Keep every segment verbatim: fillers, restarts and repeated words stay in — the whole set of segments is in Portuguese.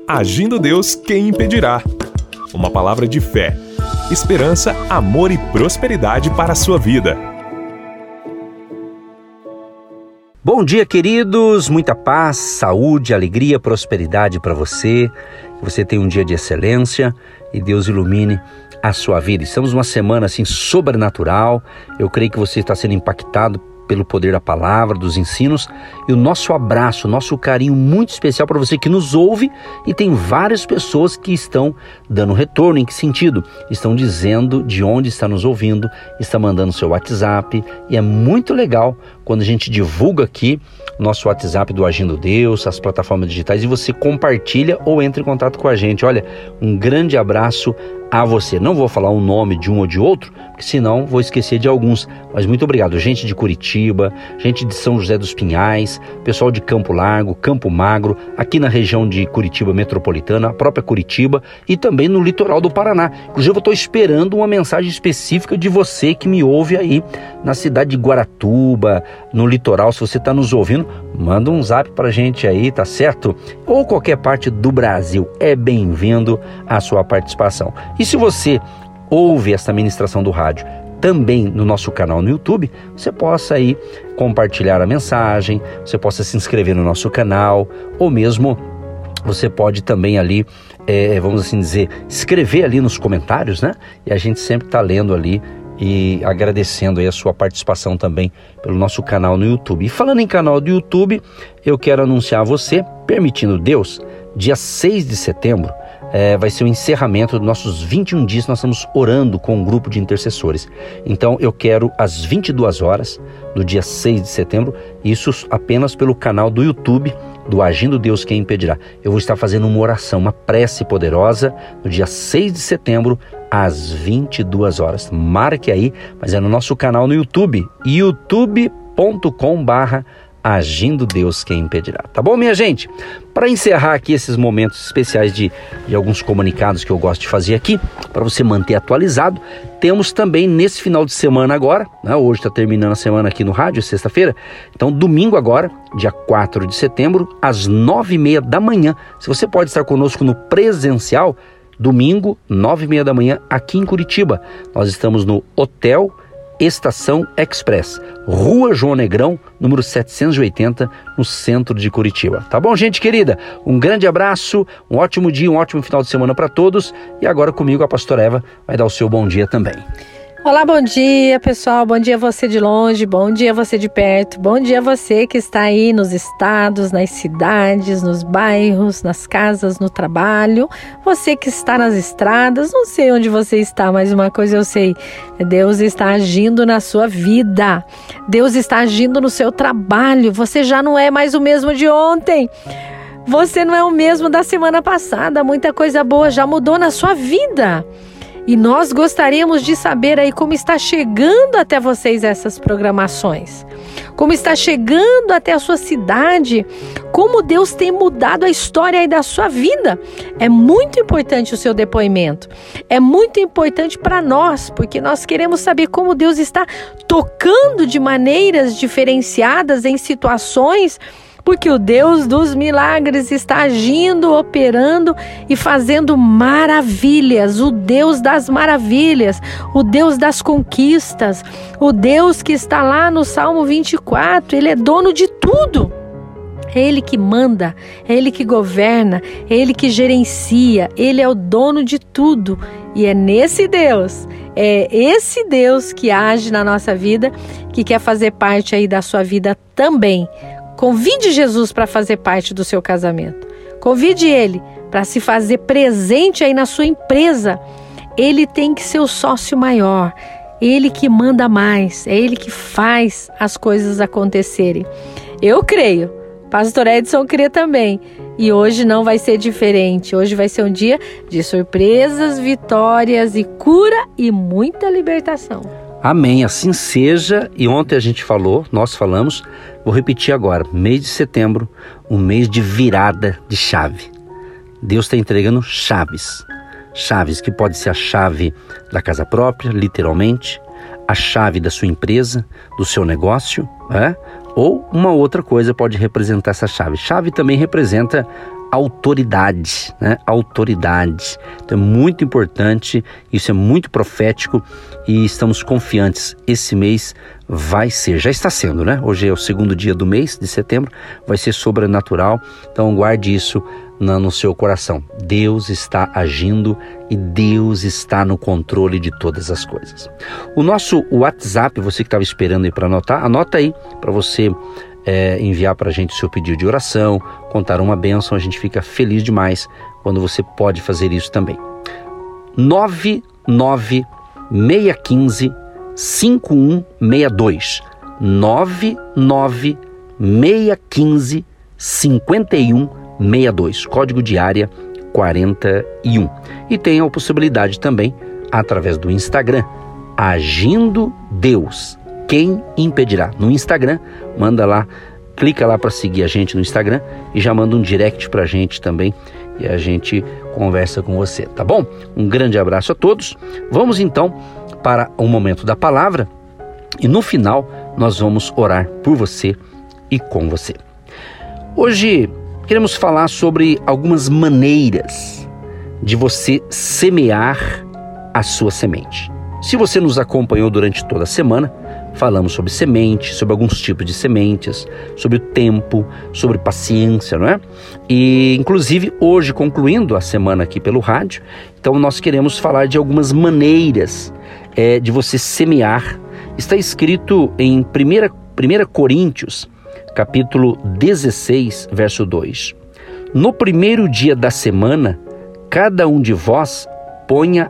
Agindo Deus, quem impedirá? Uma palavra de fé, esperança, amor e prosperidade para a sua vida. Bom dia, queridos, muita paz, saúde, alegria, prosperidade para você. Que você tenha um dia de excelência e Deus ilumine a sua vida. Estamos numa semana assim sobrenatural. Eu creio que você está sendo impactado pelo poder da palavra, dos ensinos, e o nosso abraço, o nosso carinho muito especial para você que nos ouve, e tem várias pessoas que estão dando retorno. Em que sentido? Estão dizendo de onde está nos ouvindo, está mandando seu WhatsApp, e é muito legal quando a gente divulga aqui o nosso WhatsApp do Agindo Deus, as plataformas digitais, e você compartilha ou entra em contato com a gente. Olha, um grande abraço a você. Não vou falar o nome de um ou de outro, porque senão vou esquecer de alguns, mas muito obrigado. Gente de Curitiba, gente de São José dos Pinhais, pessoal de Campo Largo, Campo Magro, aqui na região de Curitiba metropolitana, a própria Curitiba, e também no litoral do Paraná. Inclusive eu estou esperando uma mensagem específica de você que me ouve aí na cidade de Guaratuba, no litoral. Se você está nos ouvindo, manda um zap pra gente aí, tá certo? Ou qualquer parte do Brasil, é bem-vindo a sua participação. E se você ouve essa ministração do rádio também no nosso canal no YouTube, você possa aí compartilhar a mensagem, você possa se inscrever no nosso canal, ou mesmo você pode também ali, é, vamos assim dizer, escrever ali nos comentários, né? E a gente sempre está lendo ali e agradecendo aí a sua participação também pelo nosso canal no YouTube. E falando em canal do YouTube, eu quero anunciar a você, permitindo Deus, dia seis de setembro, É, vai ser o encerramento dos nossos vinte e um dias. Nós estamos orando com um grupo de intercessores. Então eu quero às vinte e duas horas do dia seis de setembro, isso apenas pelo canal do YouTube do Agindo Deus, quem impedirá. Eu vou estar fazendo uma oração, uma prece poderosa no dia seis de setembro às vinte e duas horas. Marque aí, mas é no nosso canal no YouTube, youtube ponto com barra Agindo Deus, quem impedirá. Tá bom, minha gente? Para encerrar aqui esses momentos especiais de, de alguns comunicados que eu gosto de fazer aqui, para você manter atualizado, temos também nesse final de semana agora, né, hoje está terminando a semana aqui no rádio, sexta-feira, então domingo agora, dia quatro de setembro, às nove e meia da manhã, se você pode estar conosco no presencial, domingo, nove e meia da manhã, aqui em Curitiba. Nós estamos no Hotel Estação Express, Rua João Negrão, número setecentos e oitenta, no centro de Curitiba. Tá bom, gente querida? Um grande abraço, um ótimo dia, um ótimo final de semana para todos. E agora comigo a pastora Eva vai dar o seu bom dia também. Olá, bom dia, pessoal. Bom dia você de longe, bom dia você de perto, bom dia você que está aí nos estados, nas cidades, nos bairros, nas casas, no trabalho, você que está nas estradas. Não sei onde você está, mas uma coisa eu sei, Deus está agindo na sua vida, Deus está agindo no seu trabalho. Você já não é mais o mesmo de ontem, você não é o mesmo da semana passada, muita coisa boa já mudou na sua vida. E nós gostaríamos de saber aí como está chegando até vocês essas programações. Como está chegando até a sua cidade. Como Deus tem mudado a história aí da sua vida. É muito importante o seu depoimento. É muito importante para nós, porque nós queremos saber como Deus está tocando de maneiras diferenciadas em situações, porque o Deus dos milagres está agindo, operando e fazendo maravilhas. O Deus das maravilhas, o Deus das conquistas, o Deus que está lá no Salmo vinte e quatro, Ele é dono de tudo. É Ele que manda, é Ele que governa, é Ele que gerencia, Ele é o dono de tudo. E é nesse Deus, é esse Deus que age na nossa vida, que quer fazer parte aí da sua vida também. Convide Jesus para fazer parte do seu casamento. Convide Ele para se fazer presente aí na sua empresa. Ele tem que ser o sócio maior. Ele que manda mais. É Ele que faz as coisas acontecerem. Eu creio. Pastor Edson crê também. E hoje não vai ser diferente. Hoje vai ser um dia de surpresas, vitórias e cura e muita libertação. Amém, assim seja. E ontem a gente falou, nós falamos, vou repetir agora, mês de setembro, um mês de virada de chave. Deus está entregando chaves, chaves que pode ser a chave da casa própria, literalmente, a chave da sua empresa, do seu negócio, né? Ou uma outra coisa pode representar essa chave. Chave também representa autoridade, né? Autoridade. Então é muito importante, isso é muito profético e estamos confiantes. Esse mês vai ser, já está sendo, né? Hoje é o segundo dia do mês de setembro, vai ser sobrenatural. Então guarde isso na, no seu coração. Deus está agindo e Deus está no controle de todas as coisas. O nosso WhatsApp, você que estava esperando aí para anotar, anota aí para você É, enviar para a gente o seu pedido de oração, contar uma bênção. A gente fica feliz demais quando você pode fazer isso também. nove nove seis um cinco, cinco um seis dois nove nove seis um cinco, cinco um seis dois, código de área quarenta e um. E tem a possibilidade também, através do Instagram, Agindo Deus. Quem impedirá? No Instagram, manda lá, clica lá para seguir a gente no Instagram e já manda um direct para a gente também e a gente conversa com você, tá bom? Um grande abraço a todos. Vamos então para o momento da palavra e no final nós vamos orar por você e com você. Hoje queremos falar sobre algumas maneiras de você semear a sua semente. Se você nos acompanhou durante toda a semana, falamos sobre semente, sobre alguns tipos de sementes, sobre o tempo, sobre paciência, não é? E, inclusive, hoje, concluindo a semana aqui pelo rádio, então nós queremos falar de algumas maneiras é, de você semear. Está escrito em primeira Coríntios, capítulo dezesseis, verso dois. No primeiro dia da semana, cada um de vós ponha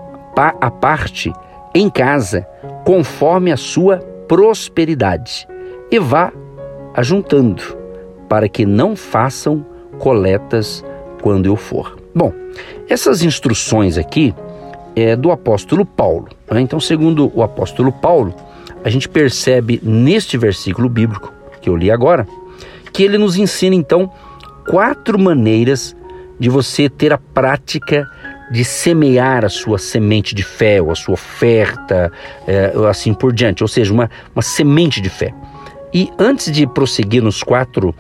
a parte em casa, conforme a sua prosperidade, e vá ajuntando, para que não façam coletas quando eu for. Bom, essas instruções aqui é do apóstolo Paulo, né? Então, segundo o apóstolo Paulo, a gente percebe neste versículo bíblico que eu li agora, que ele nos ensina então quatro maneiras de você ter a prática de semear a sua semente de fé, ou a sua oferta, é, assim por diante, ou seja, uma, uma semente de fé. E antes de prosseguir nos quatro,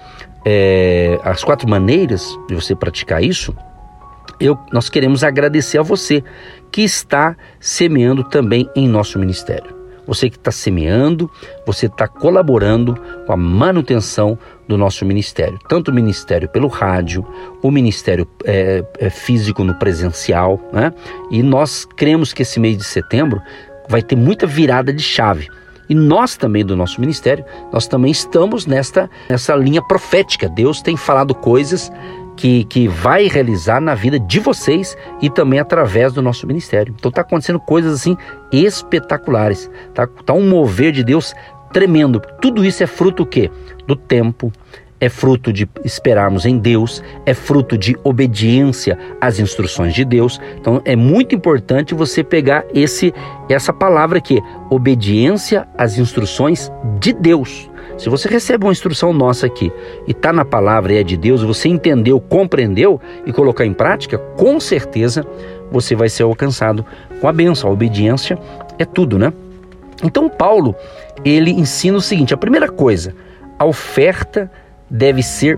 é, as quatro maneiras de você praticar isso, eu, nós queremos agradecer a você que está semeando também em nosso ministério. Você que está semeando, você está colaborando com a manutenção do nosso ministério. Tanto o ministério pelo rádio, o ministério é, é, físico no presencial, né? E nós cremos que esse mês de setembro vai ter muita virada de chave. E nós também do nosso ministério, nós também estamos nesta, nessa linha profética. Deus tem falado coisas que, que vai realizar na vida de vocês e também através do nosso ministério. Então está acontecendo coisas assim espetaculares, tá, tá um mover de Deus tremendo. Tudo isso é fruto o quê? Do tempo, é fruto de esperarmos em Deus, é fruto de obediência às instruções de Deus. Então é muito importante você pegar esse, essa palavra aqui, obediência às instruções de Deus. Se você recebe uma instrução nossa aqui e está na palavra e é de Deus, você entendeu, compreendeu e colocar em prática, com certeza você vai ser alcançado com a bênção. A obediência é tudo, né? Então Paulo, ele ensina o seguinte, a primeira coisa, a oferta deve ser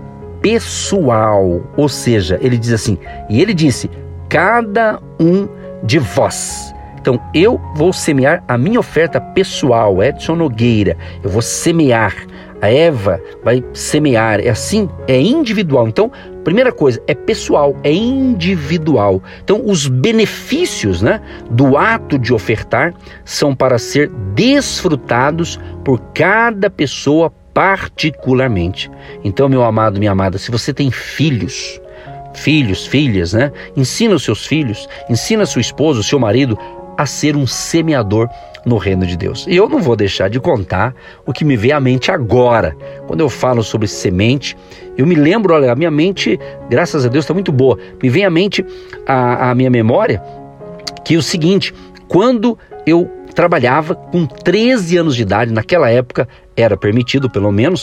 pessoal, ou seja, ele diz assim, e ele disse, cada um de vós. Então eu vou semear a minha oferta pessoal, Edson Nogueira, eu vou semear, a Eva vai semear, é assim, é individual. Então, primeira coisa, é pessoal, é individual. Então, os benefícios, né, do ato de ofertar são para ser desfrutados por cada pessoa particularmente. Então, meu amado, minha amada, se você tem filhos, filhos, filhas, né, ensina os seus filhos, ensina a sua esposa, o seu marido, a ser um semeador no reino de Deus. E eu não vou deixar de contar o que me vem à mente agora. Quando eu falo sobre semente, eu me lembro, olha, a minha mente, graças a Deus, está muito boa. Me vem à mente, a, a minha memória, que é o seguinte, quando eu trabalhava com treze anos de idade, naquela época era permitido, pelo menos,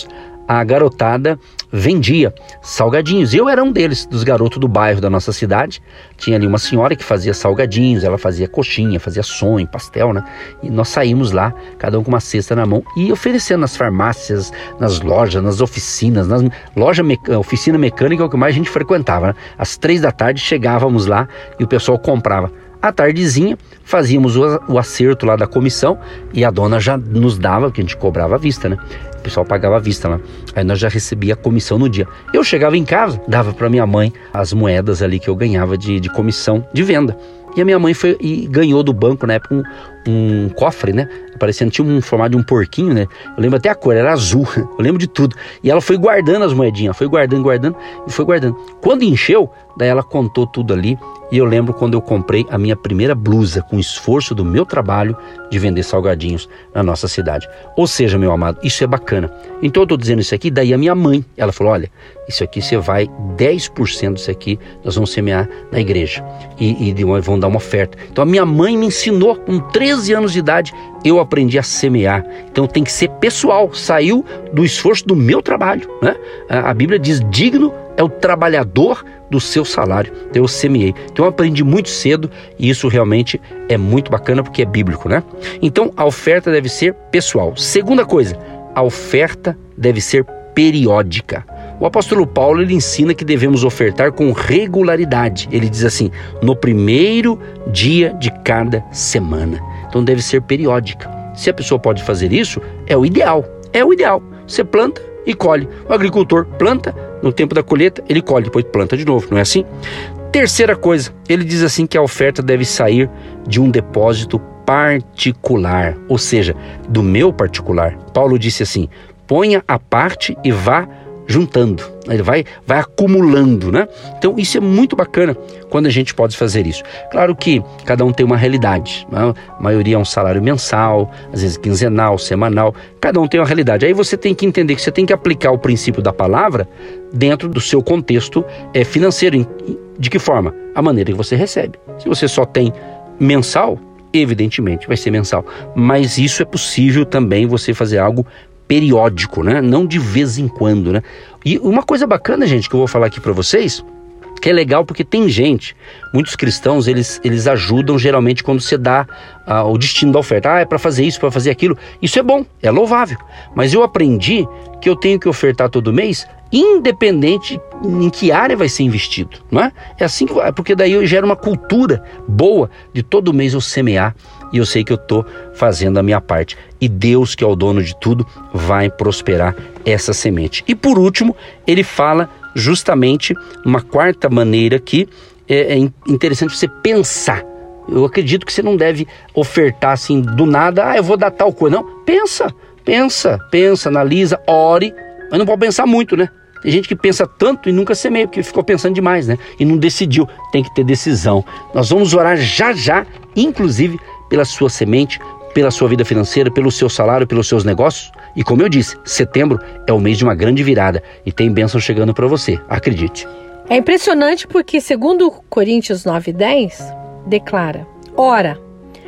a garotada vendia salgadinhos. Eu era um deles, dos garotos do bairro da nossa cidade. Tinha ali uma senhora que fazia salgadinhos, ela fazia coxinha, fazia sonho, pastel, né? E nós saímos lá, cada um com uma cesta na mão, e oferecendo nas farmácias, nas lojas, nas oficinas, nas loja, oficina mecânica é o que mais a gente frequentava, né? Às três da tarde chegávamos lá e o pessoal comprava. À tardezinha, fazíamos o acerto lá da comissão e a dona já nos dava, porque a gente cobrava à vista, né? O pessoal pagava à vista lá. Aí nós já recebia a comissão no dia. Eu chegava em casa, dava para minha mãe as moedas ali que eu ganhava de, de comissão de venda. E a minha mãe foi e ganhou do banco, na época, um, um cofre, né? Parecendo, tinha um formato de um porquinho, né? Eu lembro até a cor, era azul. Eu lembro de tudo. E ela foi guardando as moedinhas, foi guardando, guardando e foi guardando. Quando encheu, daí ela contou tudo ali. E eu lembro quando eu comprei a minha primeira blusa, com esforço do meu trabalho de vender salgadinhos na nossa cidade. Ou seja, meu amado, isso é bacana. Então eu tô dizendo isso aqui, daí a minha mãe, ela falou, olha, isso aqui você vai, dez por cento disso aqui, nós vamos semear na igreja. E, e vão dar uma oferta. Então a minha mãe me ensinou, com treze anos de idade, eu aprendi a semear. Então tem que ser pessoal, saiu do esforço do meu trabalho, né? A, a Bíblia diz, digno é o trabalhador do seu salário. Então eu semeei. Então eu aprendi muito cedo e isso realmente é muito bacana porque é bíblico, né? Então a oferta deve ser pessoal. Segunda coisa, a oferta deve ser periódica. O apóstolo Paulo, ele ensina que devemos ofertar com regularidade. Ele diz assim, no primeiro dia de cada semana. Então deve ser periódica. Se a pessoa pode fazer isso, é o ideal. É o ideal. Você planta e colhe. O agricultor planta, no tempo da colheita, ele colhe, depois planta de novo, não é assim? Terceira coisa, ele diz assim que a oferta deve sair de um depósito particular, ou seja, do meu particular. Paulo disse assim, ponha a parte e vá juntando, ele vai, vai acumulando, né? Então isso é muito bacana quando a gente pode fazer isso. Claro que cada um tem uma realidade, né? A maioria é um salário mensal, às vezes quinzenal, semanal, cada um tem uma realidade. Aí você tem que entender que você tem que aplicar o princípio da palavra dentro do seu contexto é, financeiro. De que forma? A maneira que você recebe. Se você só tem mensal, evidentemente vai ser mensal, mas isso é possível também você fazer algo periódico, né? Não de vez em quando, né? E uma coisa bacana, gente, que eu vou falar aqui para vocês, que é legal porque tem gente, muitos cristãos, eles, eles ajudam geralmente quando você dá uh, o destino da oferta. Ah, é para fazer isso, para fazer aquilo. Isso é bom, é louvável. Mas eu aprendi que eu tenho que ofertar todo mês, independente em que área vai ser investido, não é? É assim que vai, porque daí eu gero uma cultura boa de todo mês eu semear e eu sei que eu estou fazendo a minha parte. E Deus, que é o dono de tudo, vai prosperar essa semente. E por último, ele fala justamente uma quarta maneira que é, é interessante você pensar. Eu acredito que você não deve ofertar assim do nada, ah, eu vou dar tal coisa. Não, pensa, pensa, pensa, analisa, ore, mas não pode pensar muito, né? Tem gente que pensa tanto e nunca semeia, porque ficou pensando demais, né? E não decidiu, tem que ter decisão. Nós vamos orar já já, inclusive pela sua semente, pela sua vida financeira, pelo seu salário, pelos seus negócios. E como eu disse, setembro é o mês de uma grande virada e tem bênção chegando para você, acredite. É impressionante porque segundo Coríntios nove, dez, declara, ora,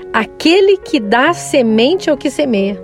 aquele que dá semente é o que semeia.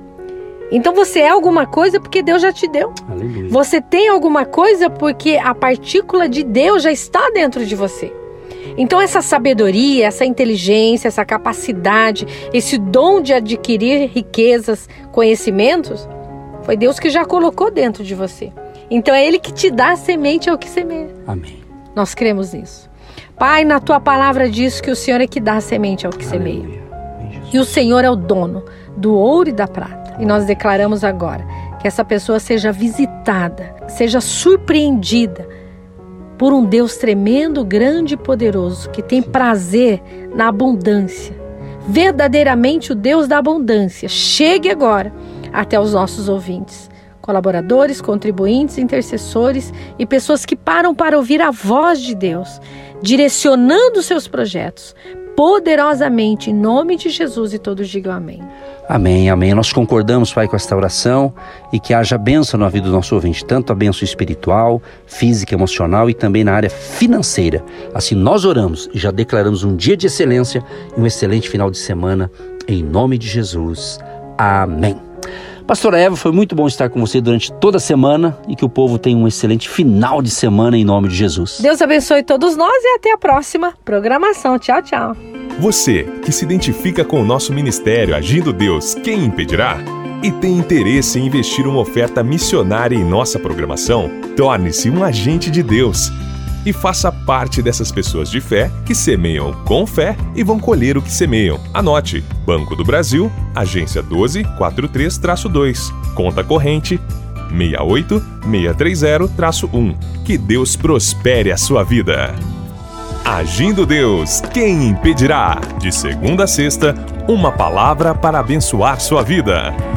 Então você é alguma coisa porque Deus já te deu. Aleluia. Você tem alguma coisa porque a partícula de Deus já está dentro de você. Então essa sabedoria, essa inteligência, essa capacidade, esse dom de adquirir riquezas, conhecimentos, foi Deus que já colocou dentro de você. Então é Ele que te dá a semente, é o que semeia. Amém. Nós cremos nisso. Pai, na Tua palavra diz que o Senhor é que dá a semente, é o que Aleluia. semeia. E o Senhor é o dono do ouro e da prata. E nós declaramos agora que essa pessoa seja visitada, seja surpreendida por um Deus tremendo, grande e poderoso, que tem prazer na abundância. Verdadeiramente o Deus da abundância. Chegue agora até os nossos ouvintes, colaboradores, contribuintes, intercessores e pessoas que param para ouvir a voz de Deus, direcionando seus projetos poderosamente, em nome de Jesus, e todos digam amém. Amém, amém. Nós concordamos, Pai, com esta oração e que haja bênção na vida do nosso ouvinte, tanto a bênção espiritual, física, emocional e também na área financeira. Assim nós oramos e já declaramos um dia de excelência e um excelente final de semana, em nome de Jesus. Amém. Pastora Eva, foi muito bom estar com você durante toda a semana e que o povo tenha um excelente final de semana em nome de Jesus. Deus abençoe todos nós e até a próxima programação. Tchau, tchau. Você que se identifica com o nosso ministério Agindo Deus, quem impedirá? E tem interesse em investir uma oferta missionária em nossa programação? Torne-se um agente de Deus e faça parte dessas pessoas de fé que semeiam com fé e vão colher o que semeiam. Anote: Banco do Brasil, agência doze quarenta e três dois, conta corrente seis oito seis três zero um. Que Deus prospere a sua vida. Agindo Deus, quem impedirá? De segunda a sexta, uma palavra para abençoar sua vida.